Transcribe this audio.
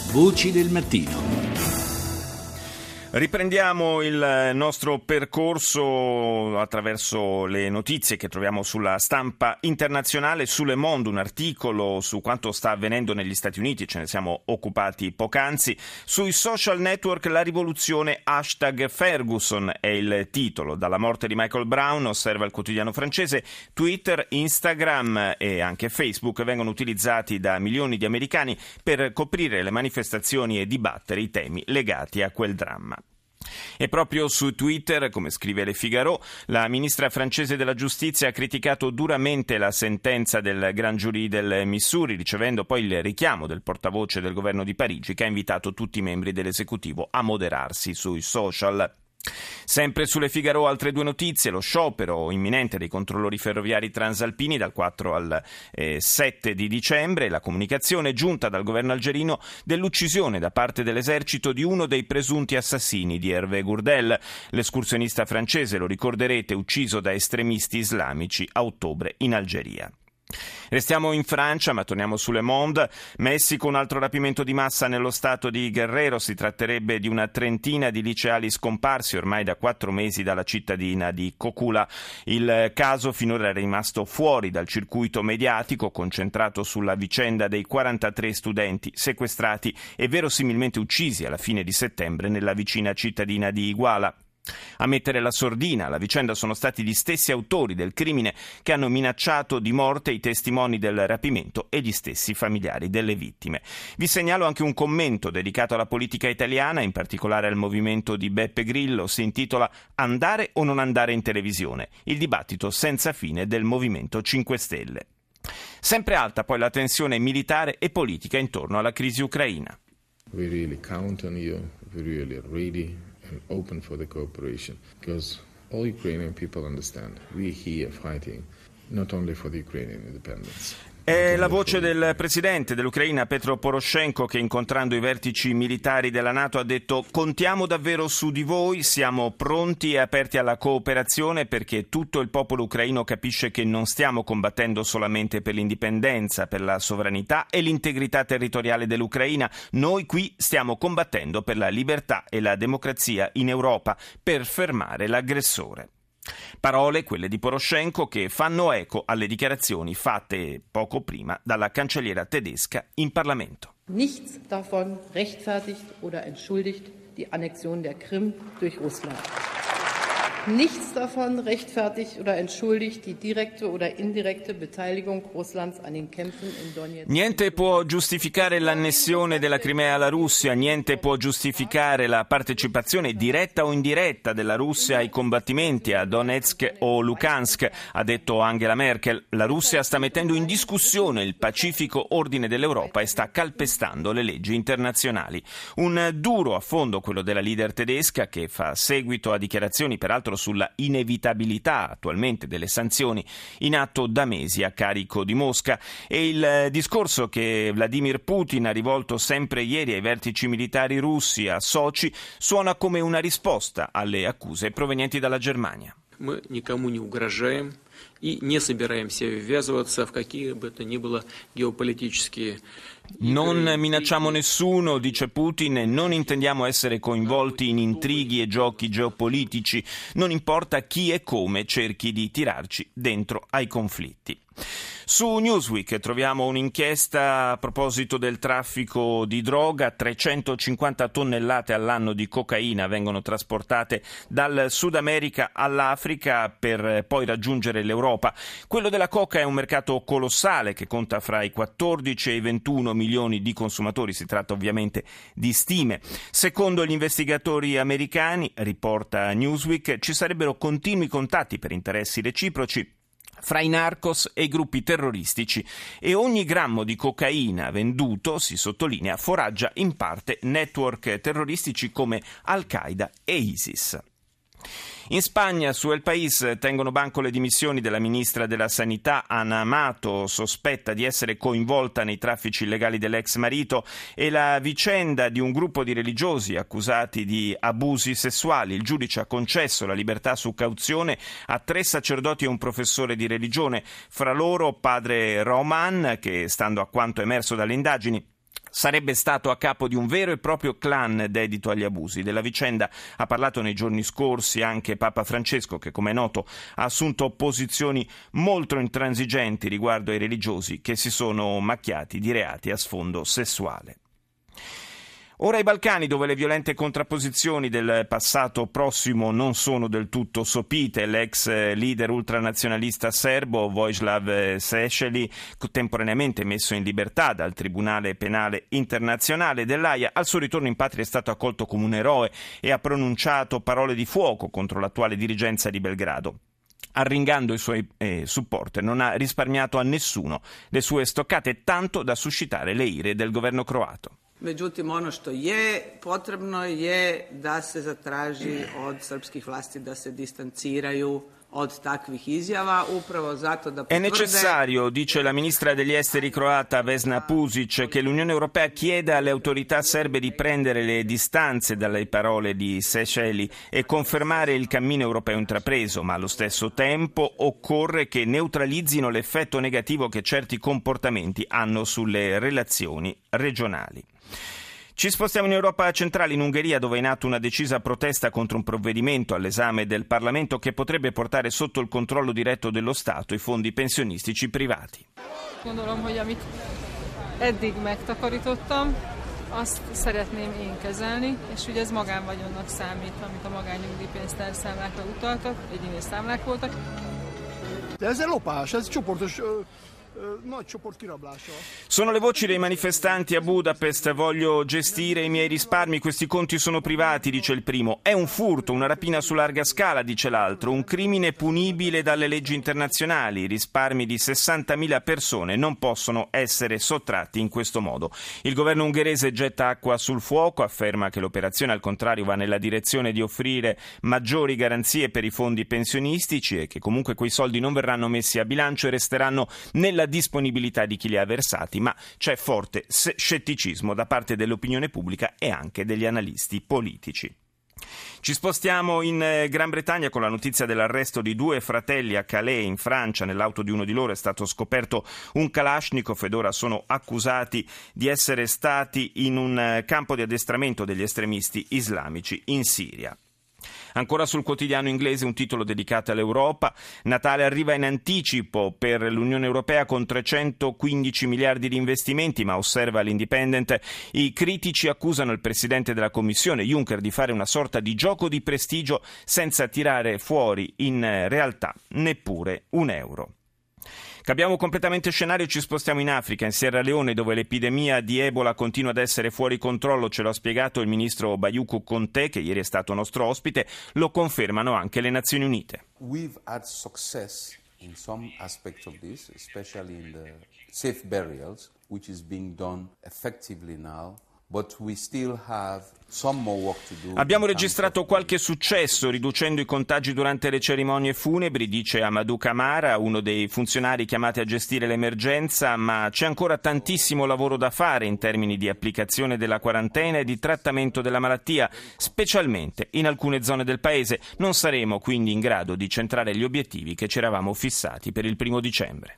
Voci del mattino. Riprendiamo il nostro percorso attraverso le notizie che troviamo sulla stampa internazionale. Su Le Monde un articolo su quanto sta avvenendo negli Stati Uniti, ce ne siamo occupati poc'anzi. Sui social network la rivoluzione #Ferguson è il titolo. Dalla morte di Michael Brown, osserva il quotidiano francese, Twitter, Instagram e anche Facebook vengono utilizzati da milioni di americani per coprire le manifestazioni e dibattere i temi legati a quel dramma. E proprio su Twitter, come scrive Le Figaro, la ministra francese della giustizia ha criticato duramente la sentenza del Grand Jury del Missouri, ricevendo poi il richiamo del portavoce del governo di Parigi, che ha invitato tutti i membri dell'esecutivo a moderarsi sui social. Sempre sulle Figaro altre due notizie: lo sciopero imminente dei controllori ferroviari transalpini dal 4 al 7 di dicembre, la comunicazione giunta dal governo algerino dell'uccisione da parte dell'esercito di uno dei presunti assassini di Hervé Gourdel, l'escursionista francese, lo ricorderete, ucciso da estremisti islamici a ottobre in Algeria. Restiamo in Francia, ma torniamo su Le Monde. Messico, un altro rapimento di massa nello stato di Guerrero. Si tratterebbe di una trentina di liceali scomparsi ormai da 4 mesi dalla cittadina di Cocula. Il caso finora è rimasto fuori dal circuito mediatico, concentrato sulla vicenda dei 43 studenti sequestrati e verosimilmente uccisi alla fine di settembre nella vicina cittadina di Iguala. A mettere la sordina alla vicenda sono stati gli stessi autori del crimine che hanno minacciato di morte i testimoni del rapimento e gli stessi familiari delle vittime. Vi segnalo anche un commento dedicato alla politica italiana, in particolare al movimento di Beppe Grillo. Si intitola "Andare o non andare in televisione? Il dibattito senza fine del Movimento 5 Stelle". Sempre alta poi la tensione militare e politica intorno alla crisi ucraina. We really count on you. We really are ready and open for the cooperation, because all Ukrainian people understand we here fighting not only for the Ukrainian independence. È la voce del presidente dell'Ucraina Petro Poroshenko, che incontrando i vertici militari della NATO ha detto: contiamo davvero su di voi, siamo pronti e aperti alla cooperazione perché tutto il popolo ucraino capisce che non stiamo combattendo solamente per l'indipendenza, per la sovranità e l'integrità territoriale dell'Ucraina, noi qui stiamo combattendo per la libertà e la democrazia in Europa, per fermare l'aggressore. Parole, quelle di Poroshenko, che fanno eco alle dichiarazioni fatte poco prima dalla cancelliera tedesca in Parlamento. Nichts davon rechtfertigt oder entschuldigt die Annexion der Krim durch Russland. Nichts davon rechtfertigt oder entschuldigt die direkte oder indirekte Beteiligung Russlands an den Kämpfen in Donetsk. Niente può giustificare l'annessione della Crimea alla Russia, niente può giustificare la partecipazione diretta o indiretta della Russia ai combattimenti a Donetsk o Luhansk, ha detto Angela Merkel. La Russia sta mettendo in discussione il pacifico ordine dell'Europa e sta calpestando le leggi internazionali. Un duro affondo quello della leader tedesca, che fa seguito a dichiarazioni peraltro sulla inevitabilità attualmente delle sanzioni in atto da mesi a carico di Mosca, e il discorso che Vladimir Putin ha rivolto sempre ieri ai vertici militari russi a Sochi suona come una risposta alle accuse provenienti dalla Germania. Мы никому не угрожаем и не собираемся ввязываться в какие бы то ни было геополитические. Non minacciamo nessuno, dice Putin, e non intendiamo essere coinvolti in intrighi e giochi geopolitici, non importa chi e come cerchi di tirarci dentro ai conflitti. Su Newsweek troviamo un'inchiesta a proposito del traffico di droga. 350 tonnellate all'anno di cocaina vengono trasportate dal Sud America all'Africa per poi raggiungere l'Europa. Quello della coca è un mercato colossale che conta fra i 14 e i 21 milioni di consumatori. Si tratta ovviamente di stime. Secondo gli investigatori americani, riporta Newsweek, ci sarebbero continui contatti per interessi reciproci fra i narcos e i gruppi terroristici, e ogni grammo di cocaina venduto, si sottolinea, foraggia in parte network terroristici come Al-Qaeda e ISIS. In Spagna, su El País, tengono banco le dimissioni della ministra della Sanità Ana Amato, sospetta di essere coinvolta nei traffici illegali dell'ex marito, e la vicenda di un gruppo di religiosi accusati di abusi sessuali. Il giudice ha concesso la libertà su cauzione a 3 sacerdoti e un professore di religione, fra loro padre Roman, che, stando a quanto emerso dalle indagini, sarebbe stato a capo di un vero e proprio clan dedito agli abusi. Della vicenda ha parlato nei giorni scorsi anche Papa Francesco, che come è noto ha assunto posizioni molto intransigenti riguardo ai religiosi che si sono macchiati di reati a sfondo sessuale. Ora ai Balcani, dove le violente contrapposizioni del passato prossimo non sono del tutto sopite. L'ex leader ultranazionalista serbo Vojislav Šešelj, contemporaneamente messo in libertà dal Tribunale Penale Internazionale dell'Aia, al suo ritorno in patria è stato accolto come un eroe e ha pronunciato parole di fuoco contro l'attuale dirigenza di Belgrado. Arringando i suoi supporter, non ha risparmiato a nessuno le sue stoccate, tanto da suscitare le ire del governo croato. Međutim, ono što je potrebno je da se zatraži od srpskih vlasti da se distanciraju od takvih izjava, upravo zato da potvrde... È necessario, dice la ministra degli esteri croata Vesna Pusic, che l'Unione Europea chieda alle autorità serbe di prendere le distanze dalle parole di Šešelj e confermare il cammino europeo intrapreso, ma allo stesso tempo occorre che neutralizzino l'effetto negativo che certi comportamenti hanno sulle relazioni regionali. Ci spostiamo in Europa centrale, in Ungheria, dove è in atto una decisa protesta contro un provvedimento all'esame del Parlamento che potrebbe portare sotto il controllo diretto dello Stato i fondi pensionistici privati. Gondolom, hogy amit eddig megtakarítottam, azt szeretném én kezelni, és ugye ez magánvagyonnak számít, amit a magánnyugdíjpénztár számlákra utaltak, egyéni számlák voltak. De ez lopás, ez csoportos... Sono le voci dei manifestanti a Budapest. Voglio gestire i miei risparmi, questi conti sono privati, dice il primo. È un furto, una rapina su larga scala, dice l'altro. Un crimine punibile dalle leggi internazionali. I risparmi di 60.000 persone non possono essere sottratti in questo modo. Il governo ungherese getta acqua sul fuoco, afferma che l'operazione al contrario va nella direzione di offrire maggiori garanzie per i fondi pensionistici e che comunque quei soldi non verranno messi a bilancio e resteranno nella disponibilità di chi li ha versati, ma c'è forte scetticismo da parte dell'opinione pubblica e anche degli analisti politici. Ci spostiamo in Gran Bretagna con la notizia dell'arresto di 2 fratelli a Calais, in Francia. Nell'auto di uno di loro è stato scoperto un Kalashnikov ed ora sono accusati di essere stati in un campo di addestramento degli estremisti islamici in Siria. Ancora sul quotidiano inglese un titolo dedicato all'Europa. Natale arriva in anticipo per l'Unione Europea con 315 miliardi di investimenti, ma osserva l'Independent, i critici accusano il presidente della Commissione, Juncker, di fare una sorta di gioco di prestigio senza tirare fuori in realtà neppure un euro. Cambiamo completamente scenario e ci spostiamo in Africa, in Sierra Leone, dove l'epidemia di Ebola continua ad essere fuori controllo. Ce l'ha spiegato il ministro Bayoukou Konté, che ieri è stato nostro ospite. Lo confermano anche le Nazioni Unite. We've had success in some aspects of this, especially in the safe burials, which is being done effectively now. But we still have some more work to do. Abbiamo registrato qualche successo riducendo i contagi durante le cerimonie funebri, dice Amadou Camara, uno dei funzionari chiamati a gestire l'emergenza, ma c'è ancora tantissimo lavoro da fare in termini di applicazione della quarantena e di trattamento della malattia, specialmente in alcune zone del paese. Non saremo quindi in grado di centrare gli obiettivi che ci eravamo fissati per il 1° dicembre.